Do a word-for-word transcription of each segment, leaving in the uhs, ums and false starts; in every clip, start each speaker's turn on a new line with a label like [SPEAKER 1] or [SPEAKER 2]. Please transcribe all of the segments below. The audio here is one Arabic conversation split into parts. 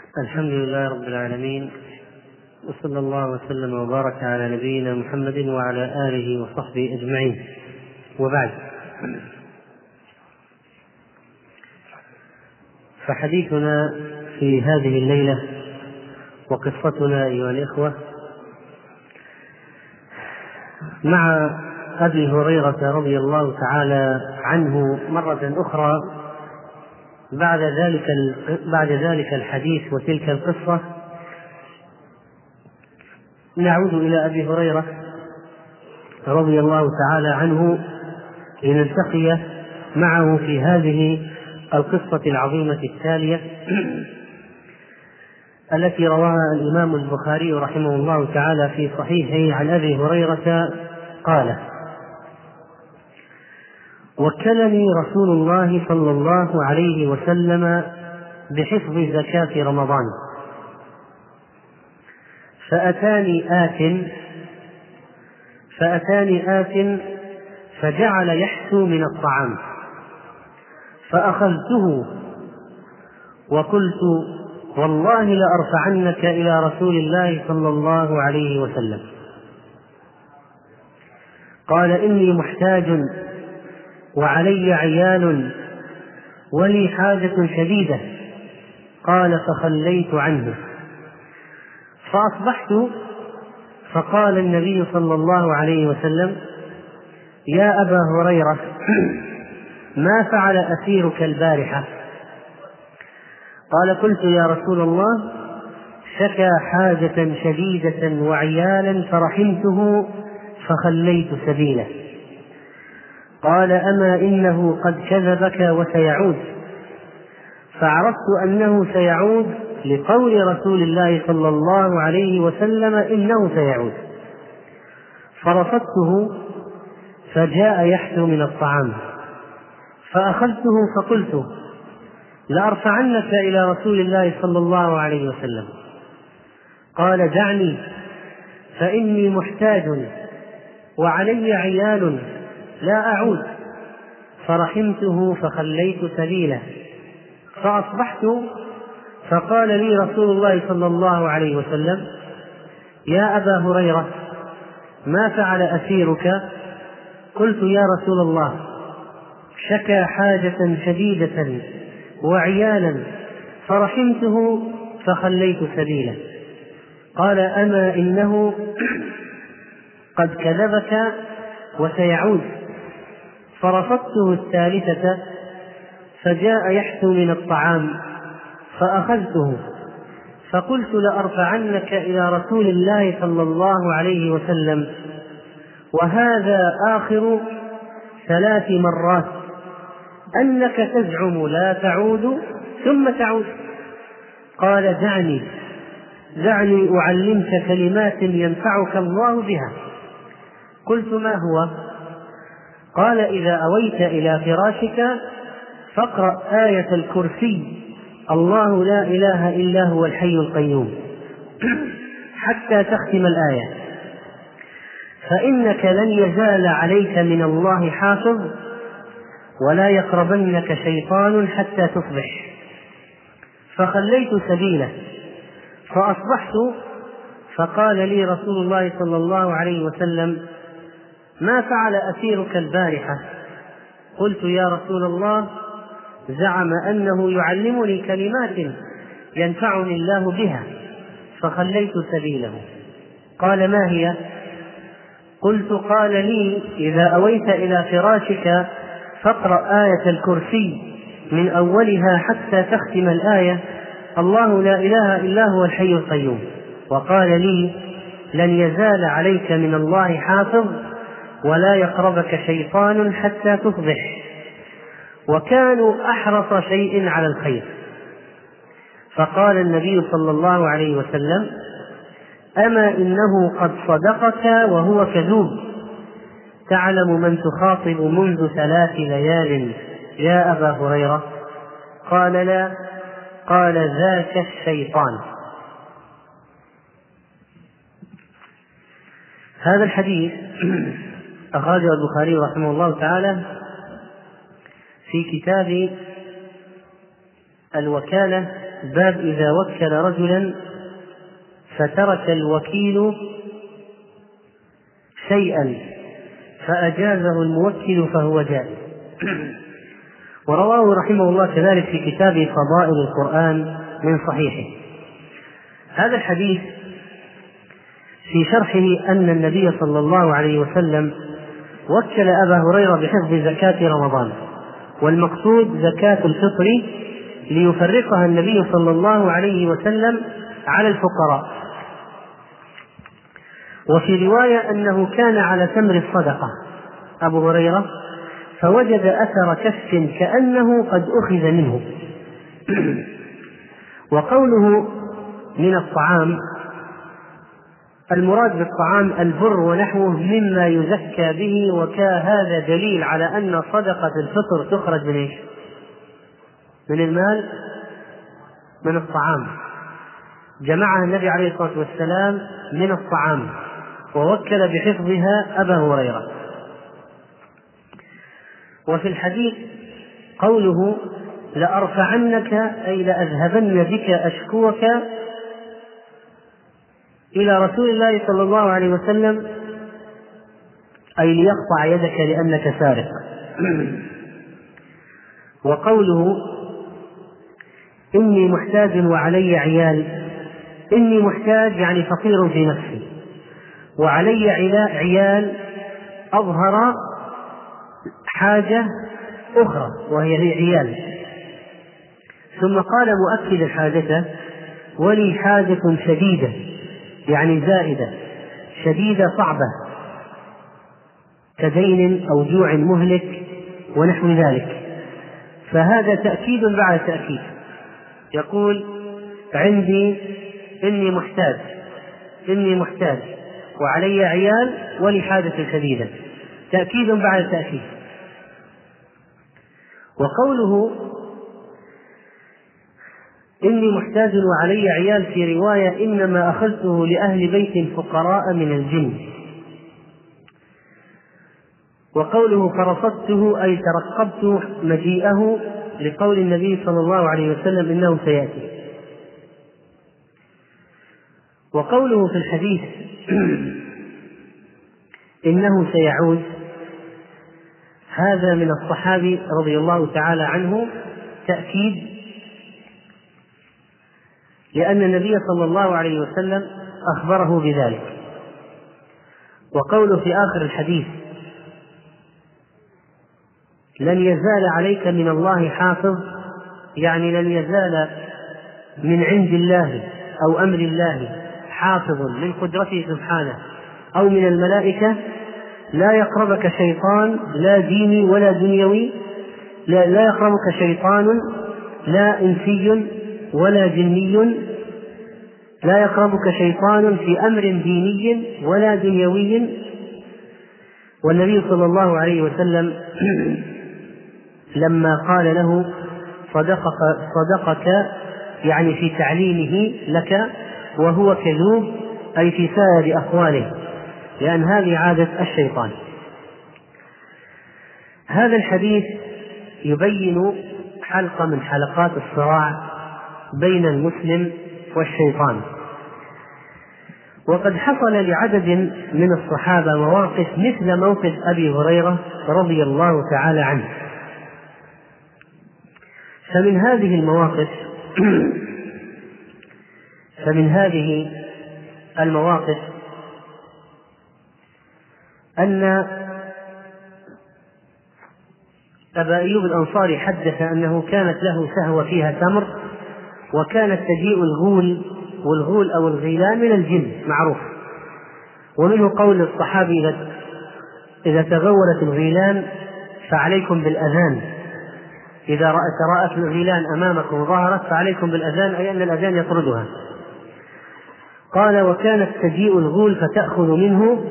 [SPEAKER 1] الحمد لله رب العالمين، وصلى الله وسلم وبارك على نبينا محمد وعلى آله وصحبه أجمعين، وبعد. فحديثنا في هذه الليلة وقصتنا أيها الإخوة مع أبي هريرة رضي الله تعالى عنه مرة أخرى بعد ذلك بعد ذلك الحديث وتلك القصة. نعود إلى أبي هريرة رضي الله تعالى عنه لنلتقي معه في هذه القصة العظيمة التالية التي رواها الإمام البخاري رحمه الله تعالى في صحيحه عن أبي هريرة قال: وكلني رسول الله صلى الله عليه وسلم بحفظ زكاة رمضان، فأتاني آت فأتاني آت فجعل يحثو من الطعام، فأخذته وقلت: والله لأرفعنك إلى رسول الله صلى الله عليه وسلم. قال: إني محتاج وعلي عيال ولي حاجة شديدة. قال: فخليت عنه. فأصبحت فقال النبي صلى الله عليه وسلم: يا أبا هريرة، ما فعل أسيرك البارحة؟ قال: قلت: يا رسول الله، شكى حاجة شديدة وعيالا فرحمته فخليت سبيله. قال: أما إنه قد كذبك وسيعود. فعرفت أنه سيعود لقول رسول الله صلى الله عليه وسلم: إنه سيعود. فرفضته فجاء يحثو من الطعام، فأخذته فقلت: لأرفعنك إلى رسول الله صلى الله عليه وسلم. قال: دعني، فإني محتاج وعلي عيال لا أعود. فرحمته فخليت سبيله. فأصبحت فقال لي رسول الله صلى الله عليه وسلم: يا أبا هريرة، ما فعل أسيرك؟ قلت: يا رسول الله، شكى حاجة شديدة وعيالا فرحمته فخليت سبيله. قال: أما إنه قد كذبك وسيعود. فرفضته الثالثة فجاء يحثو من الطعام، فأخذته فقلت: لأرفعنك إلى رسول الله صلى الله عليه وسلم، وهذا آخر ثلاث مرات أنك تزعم لا تعود ثم تعود. قال: دعني دعني أعلمك كلمات ينفعك الله بها. قلت: ما هو؟ قال: إذا أويت إلى فراشك فاقرأ آية الكرسي: الله لا إله إلا هو الحي القيوم، حتى تختم الآية، فإنك لن يزال عليك من الله حافظ، ولا يقربنك شيطان حتى تصبح. فخليت سبيله. فأصبحت فقال لي رسول الله صلى الله عليه وسلم: ما فعل أسيرك البارحة؟ قلت: يا رسول الله، زعم أنه يعلمني كلمات ينفعني الله بها فخليت سبيله. قال: ما هي؟ قلت: قال لي: إذا أويت إلى فراشك فاقرأ آية الكرسي من أولها حتى تختم الآية: الله لا إله إلا هو الحي القيوم. وقال لي: لن يزال عليك من الله حافظ، ولا يقربك شيطان حتى تصبح. وكانوا أحرص شيء على الخير. فقال النبي صلى الله عليه وسلم: أما إنه قد صدقك وهو كذوب، تعلم من تخاطب منذ ثلاث ليال يا أبا هريرة؟ قال: لا. قال: ذاك الشيطان. هذا الحديث أخرجه البخاري رحمه الله تعالى في كتاب الوكالة باب إذا وكل رجلا فترك الوكيل شيئا فأجازه الموكل فهو جائز. ورواه رحمه الله كذلك في كتاب فضائل القرآن من صحيحه. هذا الحديث في شرحه أن النبي صلى الله عليه وسلم وكل أبا هريرة بحفظ زكاة رمضان، والمقصود زكاة الفطر، ليفرقها النبي صلى الله عليه وسلم على الفقراء. وفي رواية أنه كان على تمر الصدقة أبو هريرة فوجد أثر كف كأنه قد أخذ منه. وقوله من الطعام، المراد بالطعام البر ونحوه مما يزكى به، وكهذا دليل على أن صدقة الفطر تخرج من إيش؟ من المال، من الطعام. جمعها النبي عليه الصلاة والسلام من الطعام ووكل بحفظها أبا هريرة. وفي الحديث قوله لأرفعنك أي لأذهبن بك أشكوك إلى رسول الله صلى الله عليه وسلم، أي ليقطع يدك لأنك سارق. وقوله إني محتاج وعلي عيال، إني محتاج يعني فقير في نفسي، وعلي عيال أظهر حاجة أخرى وهي عيال. ثم قال مؤكدا حاجته ولي حاجة شديدة يعني زائدة شديدة صعبة كدين أو جوع مهلك ونحو ذلك. فهذا تأكيد بعد تأكيد، يقول عندي إني محتاج إني محتاج وعلي عيال ولي حاجة شديدة، تأكيد بعد تأكيد. وقوله إني محتاج وعلي عيال في رواية إنما أخذته لأهل بيت فقراء من الجن. وقوله فرصدته أي ترقبت مجيئه، لقول النبي صلى الله عليه وسلم إنه سيأتي. وقوله في الحديث إنه سيعود، هذا من الصحابي رضي الله تعالى عنه تأكيد، لأن النبي صلى الله عليه وسلم أخبره بذلك. وقوله في آخر الحديث لن يزال عليك من الله حافظ، يعني لن يزال من عند الله أو أمر الله حافظ من قدرته سبحانه أو من الملائكة، لا يقربك شيطان لا ديني ولا دنيوي، لا, لا يقربك شيطان لا إنسي ولا جني، لا يقربك شيطان في أمر ديني ولا دنيوي. والنبي صلى الله عليه وسلم لما قال له صدقك, صدقك يعني في تعليمه لك وهو كذوب أي في سائر أقواله، لأن هذه عادة الشيطان. هذا الحديث يبين حلقة من حلقات الصراع بين المسلم والشيطان. وقد حصل لعدد من الصحابة مواقف مثل موقف أبي هريرة رضي الله تعالى عنه. فمن هذه المواقف فمن هذه المواقف أن أبا أيوب الأنصاري حدث أنه كانت له سهوة فيها تمر، وكانت تجيء الغول، والغول أو الغيلان من الجن معروف. ومنه قول الصحابي إذا تغولت الغيلان فعليكم بالأذان، إذا رأت الغيلان أمامكم ظهرت فعليكم بالأذان، أي أن الأذان يطردها. قال وكانت تجيء الغول فتأخذ منه.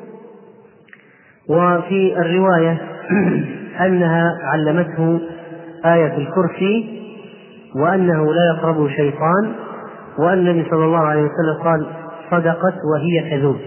[SPEAKER 1] وفي الرواية أنها علمته آية الكرسي وأنه لا يقربه شيطان، وأن النبي صلى الله عليه وسلم قال صدقت وهي كذوب.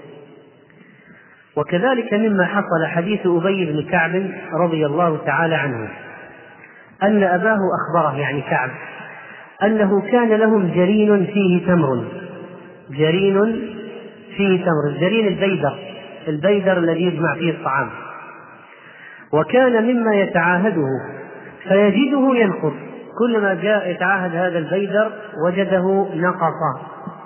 [SPEAKER 1] وكذلك مما حصل حديث أبي بن كعب رضي الله تعالى عنه أن أباه أخبره يعني كعب أنه كان لهم جرين فيه تمر، جرين فيه تمر، الجرين البيدر، البيدر الذي يجمع فيه الطعام، وكان مما يتعاهده فيجده ينقص، كلما جاء يتعاهد هذا البيدر وجده نقصا،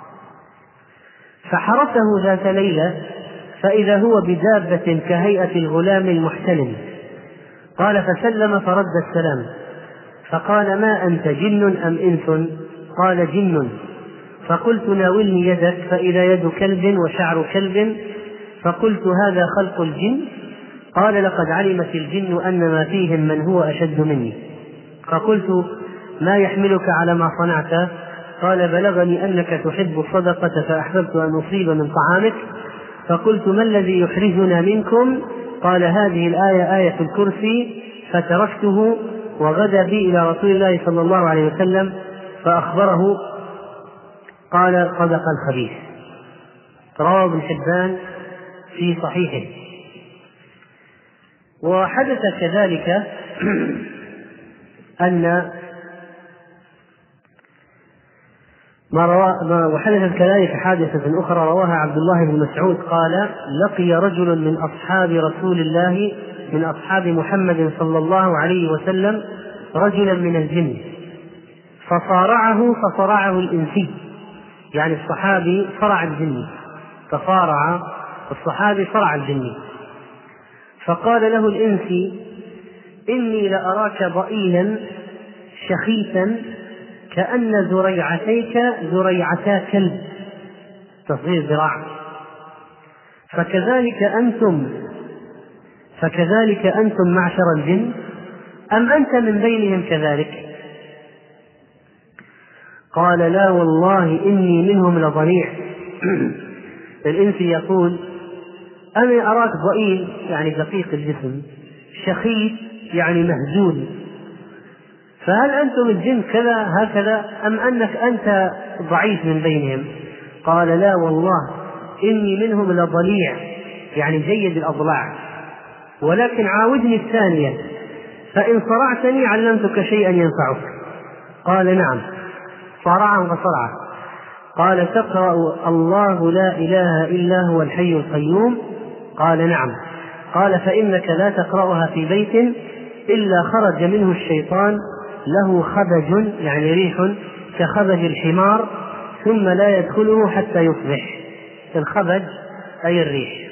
[SPEAKER 1] فحرسه ذات ليلة فإذا هو بدابة كهيئة الغلام المحتلم، قال فسلم فرد السلام، فقال ما أنت جن أم إنس؟ قال جن. فقلت ناولني يدك، فإذا يد كلب وشعر كلب، فقلت هذا خلق الجن؟ قال لقد علمت الجن أن ما فيهم من هو أشد مني. فقلت ما يحملك على ما صنعت؟ قال بلغني أنك تحب الصدقة فأحببت أن أصيب من طعامك. فقلت ما الذي يحرجنا منكم؟ قال هذه الآية آية الكرسي، فتركته وغدا بي إلى رسول الله صلى الله عليه وسلم فأخبره، قال صدق الخبيث. رواه ابن حبان في صحيحه. وحدث كذلك أن ما روى وحدثت كذلك حادثة أخرى رواها عبد الله بن مسعود قال لقي رجل من أصحاب رسول الله من أصحاب محمد صلى الله عليه وسلم رجلا من الجن فصارعه فصرعه الإنسي، يعني الصحابي صرع الجني، فصارع الصحابي صرع الجني، فقال له الإنسي إني لأراك ضئيلا شخيثا كأن ذريعتيك ذريعتا كلب، تصغير ذراع، فكذلك أنتم فكذلك أنتم معشر الجن أم أنت من بينهم كذلك؟ قال لا والله إني منهم لضليع. الإنسي يقول أنا أراك ضئيل يعني دقيق الجسم، شخيث يعني مهزول، فهل أنتم الجن كذا هكذا أم أنك أنت ضعيف من بينهم؟ قال لا والله إني منهم لضليع يعني جيد الأضلاع، ولكن عاودني الثانية فإن صرعتني علمتك شيئا ينفعك. قال نعم. صرعه فصرعه. قال تقرأ الله لا إله إلا هو الحي القيوم؟ قال نعم. قال فإنك لا تقرأها في بيت إلا خرج منه الشيطان له خبج يعني ريح كخبج الحمار ثم لا يدخله حتى يصبح. الخبج أي الريح.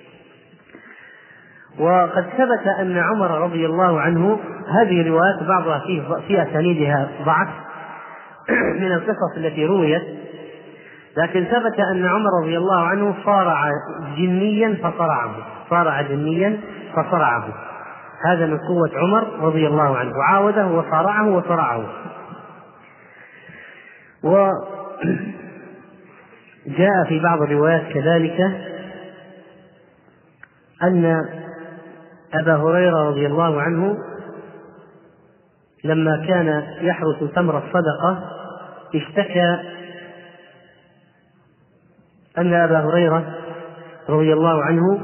[SPEAKER 1] وقد ثبت أن عمر رضي الله عنه، هذه الروايات بعضها فيه في أسانيدها ضعف من القصص التي رويت، لكن ثبت أن عمر رضي الله عنه صارع جنيا فصرعه صارع جنيا فصرعه هذا من قوة عمر رضي الله عنه، وعاوده وصارعه وصرعه. وجاء في بعض الروايات كذلك أن أبا هريرة رضي الله عنه لما كان يحرس تمر الصدقة اشتكى أن أبا هريرة رضي الله عنه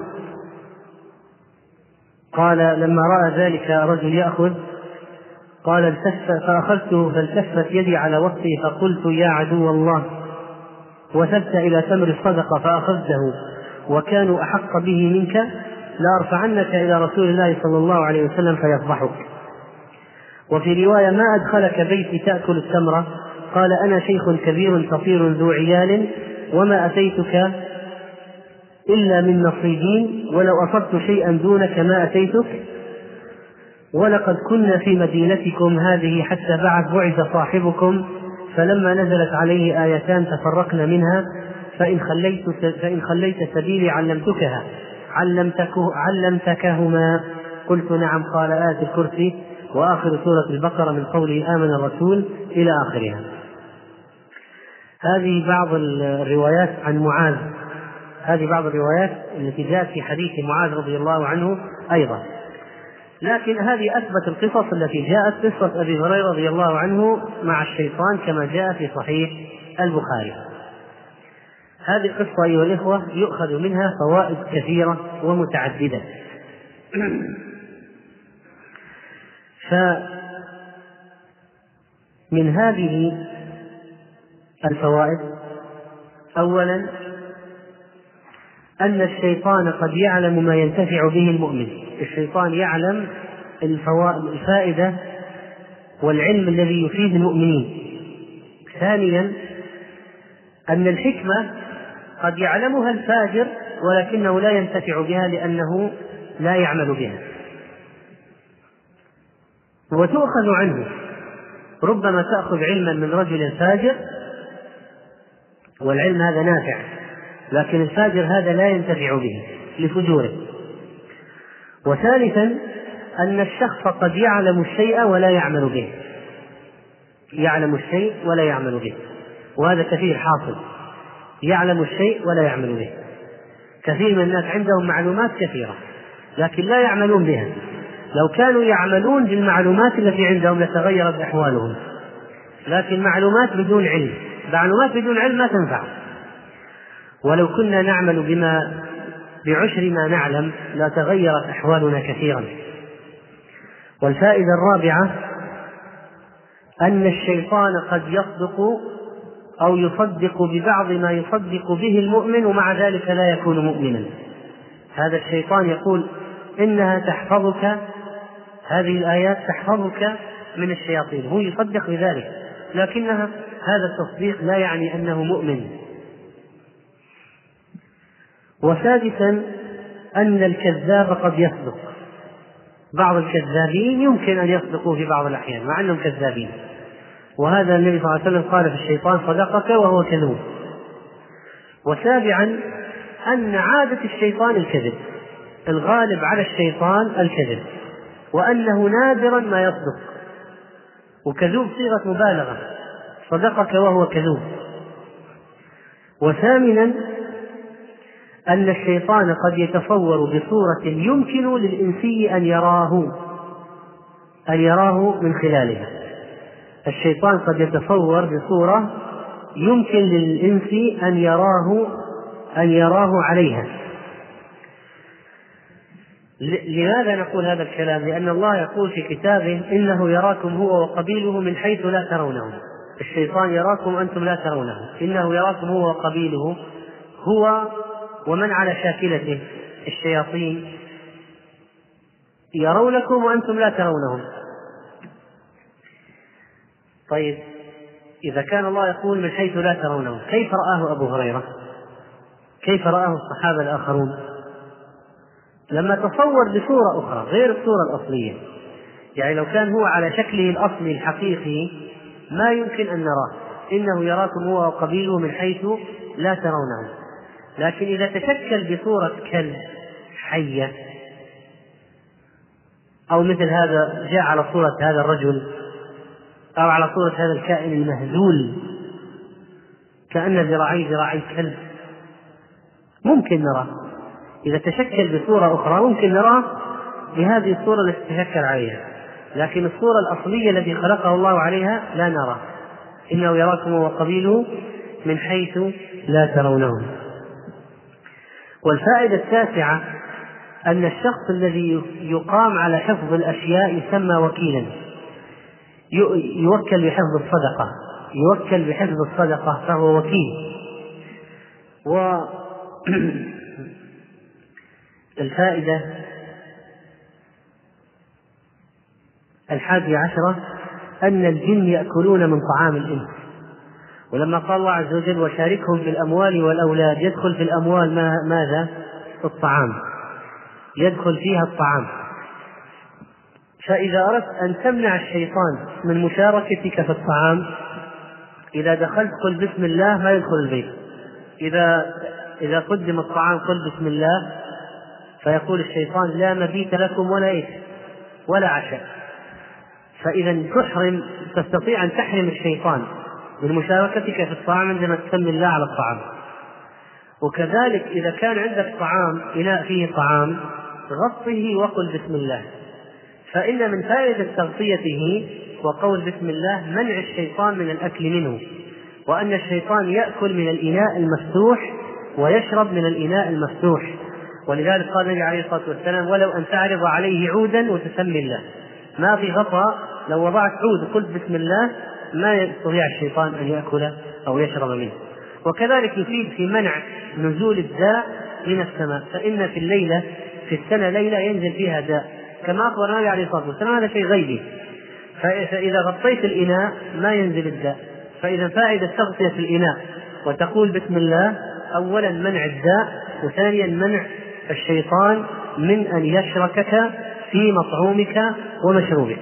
[SPEAKER 1] قال لما رأى ذلك رجل يأخذ قال التفت فأخذته فالتفت يدي على وسطي فقلت يا عدو الله، وثبت إلى تمر الصدقة فأخذته وكانوا أحق به منك لأرفعنك إلى رسول الله صلى الله عليه وسلم فيفضحك. وفي رواية ما أدخلك بيتي تأكل التمرة؟ قال أنا شيخ كبير فقير ذو عيال وما أتيتك إلا من نصيبين، ولو أصبت شيئا دونك ما أتيتك، ولقد كنا في مدينتكم هذه حتى بعث بعث صاحبكم، فلما نزلت عليه آيتان تفرقنا منها، فإن خليت, فإن خليت سبيلي علمتكها علمتكه علمتكهما. قلت نعم. قال آية الكرسي وآخر سورة البقرة من قوله آمن الرسول إلى آخرها. هذه بعض الروايات عن معاذ، هذه بعض الروايات التي جاءت في حديث معاذ رضي الله عنه أيضا. لكن هذه أثبت القصص التي جاءت، قصة أبي هريرة رضي الله عنه مع الشيطان كما جاء في صحيح البخاري. هذه القصة أيها الإخوة يؤخذ منها فوائد كثيرة ومتعددة. من هذه الفوائد: أولا أن الشيطان قد يعلم ما ينتفع به المؤمن، الشيطان يعلم الفائدة والعلم الذي يفيد المؤمنين. ثانيا أن الحكمة قد يعلمها الفاجر ولكنه لا ينتفع بها لأنه لا يعمل بها وتؤخذ عنه. ربما تأخذ علما من رجل فاجر والعلم هذا نافع، لكن الفاجر هذا لا ينتفع به لفجوره. وثالثا أن الشخص قد يعلم الشيء ولا يعمل به، يعلم الشيء ولا يعمل به، وهذا كثير حاصل، يعلم الشيء ولا يعمل به. كثير من الناس عندهم معلومات كثيرة لكن لا يعملون بها، لو كانوا يعملون بالمعلومات التي عندهم لتغيرت أحوالهم، لكن معلومات بدون علم، معلومات بدون علم ما تنفع. ولو كنا نعمل بما بعشر ما نعلم لتغيرت أحوالنا كثيرا. والفائدة الرابعة أن الشيطان قد يصدق أو يصدق ببعض ما يصدق به المؤمن ومع ذلك لا يكون مؤمنا. هذا الشيطان يقول إنها تحفظك، هذه الآيات تحفظك من الشياطين، هو يصدق بذلك، لكنها هذا التصديق لا يعني أنه مؤمن. وسادسا أن الكذاب قد يصدق، بعض الكذابين يمكن أن يصدقوا في بعض الأحيان مع أنهم كذابين، وهذا النبي صلى الله عليه وسلم قال في الشيطان صدقك وهو كذوب. وسابعا أن عادة الشيطان الكذب، الغالب على الشيطان الكذب، وأنه نادرا ما يصدق، وكذوب صيغة مبالغة، صدقك وهو كذوب. وثامنا أن الشيطان قد يتصور بصورة يمكن للإنسي أن يراه أن يراه من خلالها. الشيطان قد يتصور بصورة يمكن للإنس أن يراه أن يراه عليها. لماذا نقول هذا الكلام؟ لأن الله يقول في كتابه إنه يراكم هو وقبيله من حيث لا ترونهم. الشيطان يراكم أنتم لا ترونه، إنه يراكم هو وقبيله، هو ومن على شاكلته الشياطين يرونكم وأنتم لا ترونهم. طيب إذا كان الله يقول من حيث لا ترونهم، كيف رآه أبو هريرة؟ كيف رآه الصحابة الآخرون؟ لما تصور بصورة أخرى غير الصورة الأصلية، يعني لو كان هو على شكله الأصلي الحقيقي ما يمكن أن نراه، إنه يراكم هو وقبيله من حيث لا ترونهم. لكن إذا تشكل بصورة كلب حية أو مثل هذا، جاء على صورة هذا الرجل أو على صورة هذا الكائن المهزول كأن ذراعي ذراعي كلب، ممكن نراه. إذا تشكل بصورة أخرى ممكن نراه بهذه الصورة التي تشكل عليها، لكن الصورة الأصلية التي خلقه الله عليها لا نراه، إنه يراكم وقبيله من حيث لا ترونهم. والفائدة التاسعة أن الشخص الذي يقام على حفظ الأشياء يسمى وكيلا، يوكل بحفظ الصدقة، يوكل بحفظ الصدقة فهو وكيل. والفائدة الحادية عشرة أن الجن يأكلون من طعام الإنس، ولما قال الله عز وجل وشاركهم في الأموال والأولاد، يدخل في الأموال ما ماذا؟ الطعام، يدخل فيها الطعام. فإذا أردت أن تمنع الشيطان من مشاركتك في الطعام، إذا دخلت قل بسم الله ما يدخل البيت، إذا إذا قدم الطعام قل بسم الله، فيقول الشيطان لا مبيت لكم ولا إيش ولا عشاء. فإذا تحرم، تستطيع أن تحرم الشيطان من مشاركتك في الطعام عندما تسمي الله على الطعام. وكذلك إذا كان عندك طعام، إناء فيه طعام، غطه وقل بسم الله، فإن من فائدة تغطيته وقول بسم الله منع الشيطان من الأكل منه، وأن الشيطان يأكل من الإناء المفتوح ويشرب من الإناء المفتوح. ولذلك قال النبي عليه الصلاة والسلام ولو أن تعرض عليه عودا وتسمي الله، ما في غطاء، لو وضعت عود وقلت بسم الله ما يستطيع الشيطان أن يأكل أو يشرب منه. وكذلك يفيد في منع نزول الداء من السماء، فإن في الليلة في السنة ليلة ينزل فيها داء كما أخبر النبي عليه الصلاة والسلام، هذا شيء غيبي. فإذا غطيت الإناء ما ينزل الداء. فإذا فائدة تغطية الإناء وتقول بسم الله، أولا منع الداء، وثانيا منع الشيطان من أن يشركك في مطعومك ومشروبك.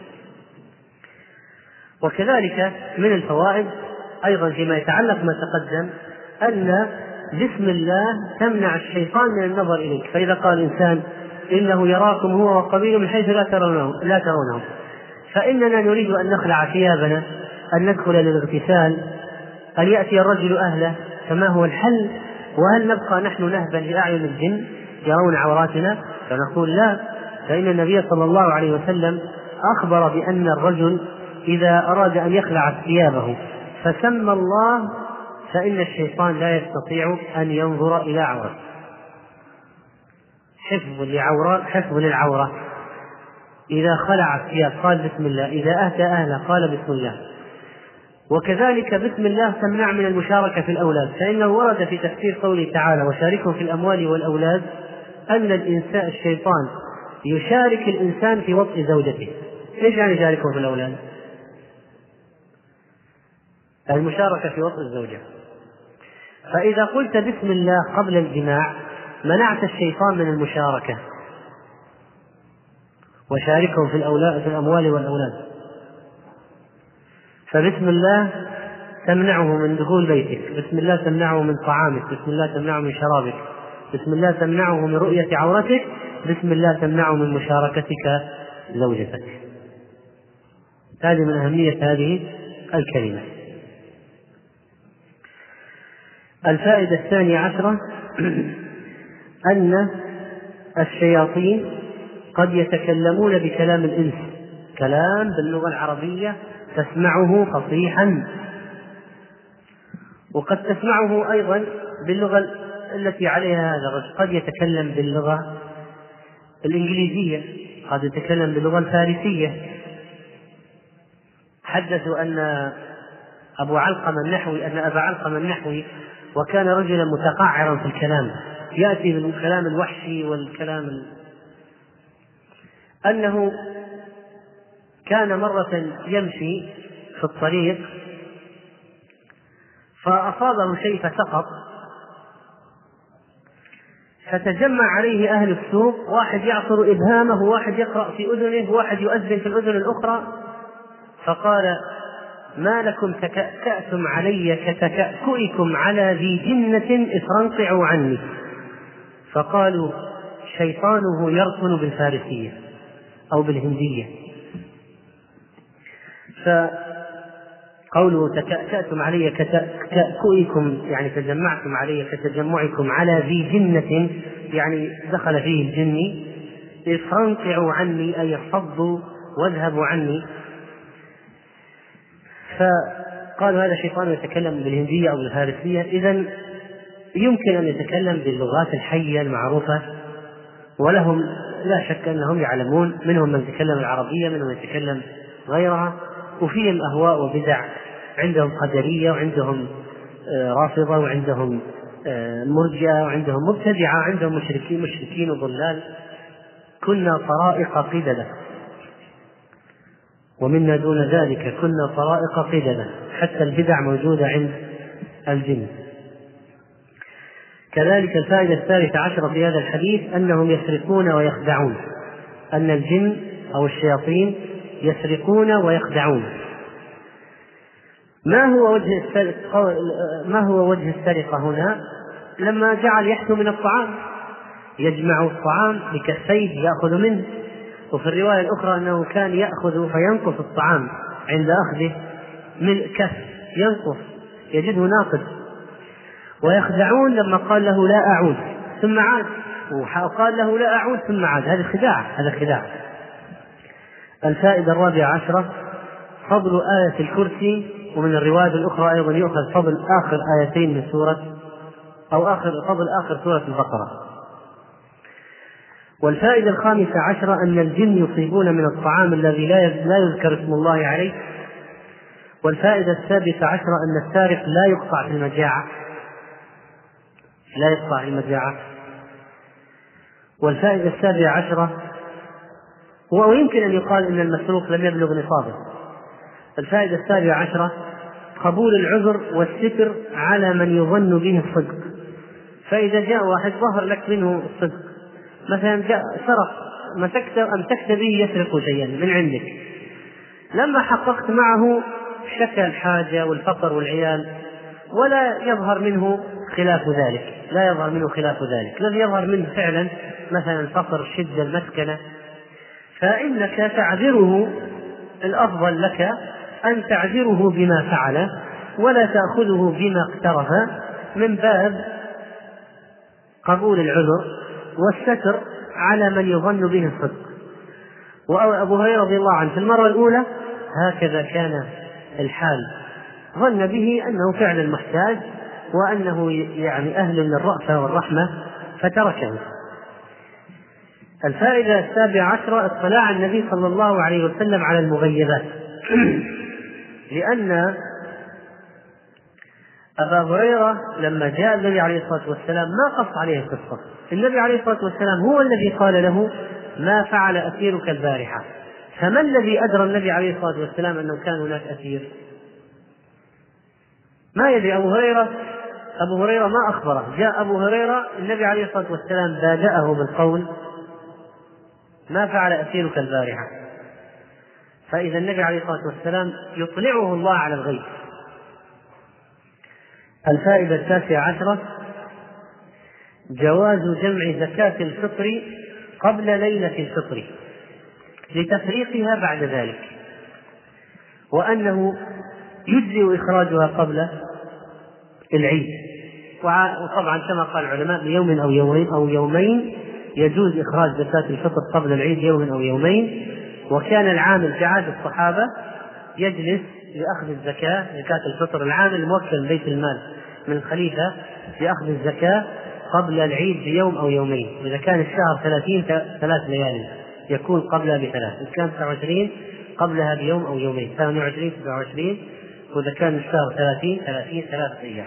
[SPEAKER 1] وكذلك من الفوائد أيضا فيما يتعلق ما تقدم أن بسم الله تمنع الشيطان من النظر إليك. فإذا قال الإنسان إنه يراكم هو وقبيله من حيث لا ترونه لا ترونه فإننا نريد أن نخلع ثيابنا، أن ندخل للاغتسال، أن يأتي الرجل أهله، فما هو الحل؟ وهل نبقى نحن نهبا لأعين الجن يرون عوراتنا؟ فنقول لا، فإن النبي صلى الله عليه وسلم أخبر بأن الرجل إذا أراد أن يخلع ثيابه فسمى الله فإن الشيطان لا يستطيع أن ينظر إلى عورته. حفظ للعورة حفظ للعورة. إذا خلع الثياب قال بسم الله، إذا أتى أهله قال بسم الله. وكذلك بسم الله تمنع من المشاركة في الأولاد، فإنه ورد في تفسير قوله تعالى وشاركهم في الأموال والأولاد أن الإنسان الشيطان يشارك الإنسان في وطء زوجته. إيش يعني يشاركهم في الأولاد؟ المشاركة في وطء الزوجة. فإذا قلت بسم الله قبل الجماع منعت الشيطان من المشاركة. وشاركهم في الأولاد في الأموال والأولاد، فبسم الله تمنعه من دخول بيتك، بسم الله تمنعه من طعامك، بسم الله تمنعه من شرابك، بسم الله تمنعه من رؤية عورتك، بسم الله تمنعه من مشاركتك زوجتك. هذه من أهمية هذه الكلمة. الفائدة الثانية عشرة أن الشياطين قد يتكلمون بكلام الإنس، كلام باللغة العربية تسمعه فصيحا، وقد تسمعه أيضا باللغة التي عليها هذا الرجل، قد يتكلم باللغة الإنجليزية، قد يتكلم باللغة الفارسية. حدثوا أن أبو علقم النحوي أن أبا علقم النحوي وكان رجلا متقعرا في الكلام، يأتي بالكلام الوحشي والكلام ال... أنه كان مرة يمشي في الطريق فأصابه شيء فسقط، فتجمع عليه أهل السوق، واحد يعصر إبهامه، واحد يقرأ في أذنه، واحد يؤذن في الأذن الأخرى، فقال ما لكم تكأكأتم علي كتكأكئكم على ذي جنة افرنقعوا عني. فقالوا شيطانه يركن بالفارسية أو بالهندية. فقوله تكأكأتم علي كتكأكئكم يعني تجمعتم علي كتجمعكم على ذي جنة يعني دخل فيه الجن، افرنقعوا عني أي ارفضوا واذهبوا عني. فقالوا هذا شيطان يتكلم بالهندية أو بالفارسية، إذن يمكن أن يتكلم باللغات الحية المعروفة، ولهم لا شك أنهم يعلمون، منهم من يتكلم العربية، منهم من يتكلم غيرها، وفيهم أهواء وبدع، عندهم قدرية وعندهم رافضة وعندهم مرجئة وعندهم مبتدعة، عندهم مشركين مشركين وضلال. كنا طرائق قددة ومنا دون ذلك، كنا طرائق قددة، حتى البدع موجودة عند الجن. كذلك الفائدة الثالثة عشرة في هذا الحديث أنهم يسرقون ويخدعون، أن الجن أو الشياطين يسرقون ويخدعون. ما هو وجه السرقة؟ ما هو وجه السرقة هنا؟ لما جعل يحثو من الطعام، يجمع الطعام بكفيه يأخذ منه، وفي الرواية الأخرى أنه كان يأخذ فينقص الطعام عند أخذه من كف، ينقص يجده ناقص. ويخدعون لما قال له لا أعود ثم عاد، وقال له لا أعود ثم عاد، هذا خداع، هذا خداع. الفائدة الرابعة عشرة فضل آية الكرسي، ومن الرواية الأخرى أيضا يؤخذ فضل آخر آيتين من سورة أو آخر فضل آخر سورة البقرة. والفائدة الخامسة عشرة أن الجن يصيبون من الطعام الذي لا يذكر اسم الله عليه، والفائدة السادسة عشرة أن السارق لا يقطع في المجاعة، لا يقطع في المجاعة. والفائدة السابعة عشرة، ويمكن أن يقال أن المسروق لم يبلغ نصابه. الفائدة السابعة عشرة قبول العذر والستر على من يظن به الصدق. فإذا جاء واحد ظهر لك منه الصدق، مثلا جاء سرق، مسكت أمسكت به يسرق شيئا من عندك، لما حققت معه شكى الحاجة والفقر والعيال ولا يظهر منه خلاف ذلك، لا يظهر منه خلاف ذلك، الذي يظهر منه فعلا مثلا الفقر، الشدة، المسكنة، فإنك تعذره. الأفضل لك أن تعذره بما فعل ولا تأخذه بما اقترف، من باب قبول العذر والستر على من يظن به الصدق. وأبو هريرة رضي الله عنه في المرة الأولى هكذا كان الحال، ظن به أنه فعلا محتاج وأنه يعني أهل للرأفة والرحمة فتركه. الفائدة السابعة عشرة اطلاع النبي صلى الله عليه وسلم على المغيبات لأن أبا هريرة لما جاء النبي عليه الصلاة والسلام ما قص عليه القصة، النبي عليه الصلاة والسلام هو الذي قال له ما فعل أسيرك البارحة، فما الذي أدرى النبي عليه الصلاة والسلام أنه كان هناك أسير؟ ما يدري أبو هريرة، أبو هريرة ما أخبره. جاء أبو هريرة النبي عليه الصلاة والسلام بادأه بالقول ما فعل أسيرك البارحة، فإذا النبي عليه الصلاة والسلام يطلعه الله على الغيب. الفائدة التاسعة عشرة جواز جمع زكاة الفطر قبل ليلة الفطر لتفريقها بعد ذلك، وأنه يجزئ إخراجها قبل العيد، وطبعا كما قال العلماء بيوم أو يومين أو يومين يجوز إخراج زكاة الفطر قبل العيد يوم أو يومين. وكان العامل في عهد الصحابة يجلس لأخذ الزكاة، زكاة الفطر، العامل الموكل بيت المال من الخليفة لأخذ الزكاة قبل العيد بيوم أو يومين. إذا كان الشهر ثلاثين ثلاث ليالي يكون قبلها بثلاث، إذا كان تسعة وعشرين قبلها بيوم أو يومين، ثمانية وعشرين سبعة وعشرين، وإذا كان الشهر ثلاثين ثلاثين ثلاث أيام.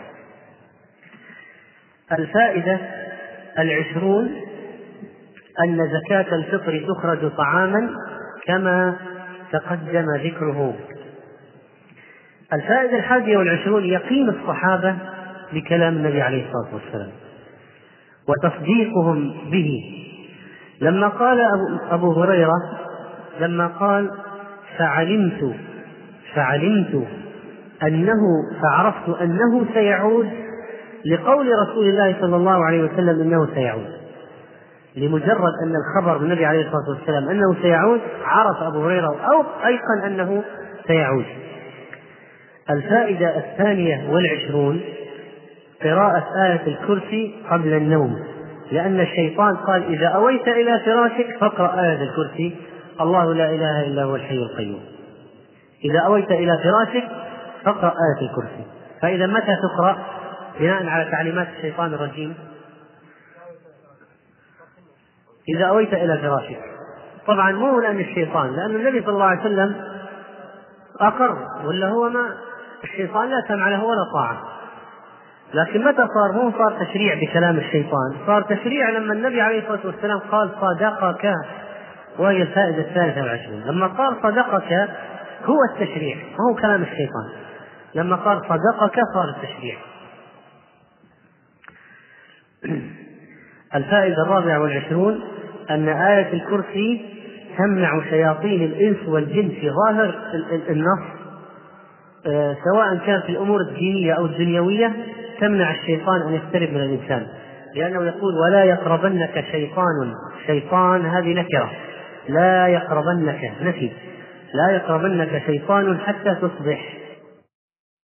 [SPEAKER 1] الفائدة العشرون أن زكاة الفطر تخرج طعاما كما تقدم ذكره. الفائدة الحادية والعشرون يقين الصحابة بكلام النبي عليه الصلاة والسلام وتصديقهم به. لما قال أبو هريرة لما قال فعلمت فعلمت أنه فعرفت أنه سيعود، لقول رسول الله صلى الله عليه وسلم أنه سيعود، لمجرد أن الخبر من النبي عليه الصلاة والسلام أنه سيعود عرف أبو هريرة أو أيقن أنه سيعود. الفائدة الثانية والعشرون قراءة آية الكرسي قبل النوم، لأن الشيطان قال إذا أويت إلى فراشك فاقرأ آية الكرسي، الله لا إله إلا هو الحي القيوم. إذا أويت إلى فراشك فاقرأ آية الكرسي. فإذا متى تقرأ بناء على تعليمات الشيطان الرجيم؟ إذا أويت إلى فراشك. طبعا مو لأن الشيطان، لأن النبي صلى الله عليه وسلم أقر، ولا هو ما الشيطان لا سمع له ولا طاعة. لكن متى صار؟ مو صار تشريع بكلام الشيطان، صار تشريع لما النبي عليه الصلاة والسلام قال صدقك، وهي الفائدة الثالثة والعشرين. لما قال صدقك هو التشريع، ما هو كلام الشيطان. لما قال صدقك صار التشريع. الفائدة الرابعة والعشرون أن آية الكرسي تمنع شياطين الإنس والجن في ظاهر النص، سواء كان في الأمور الدينية أو الدنيوية، تمنع الشيطان أن يقترب من الإنسان، لأنه يقول ولا يقربنك شيطان، شيطان هذه نكرة، لا يقربنك نفي، لا يقربنك شيطان حتى تصبح،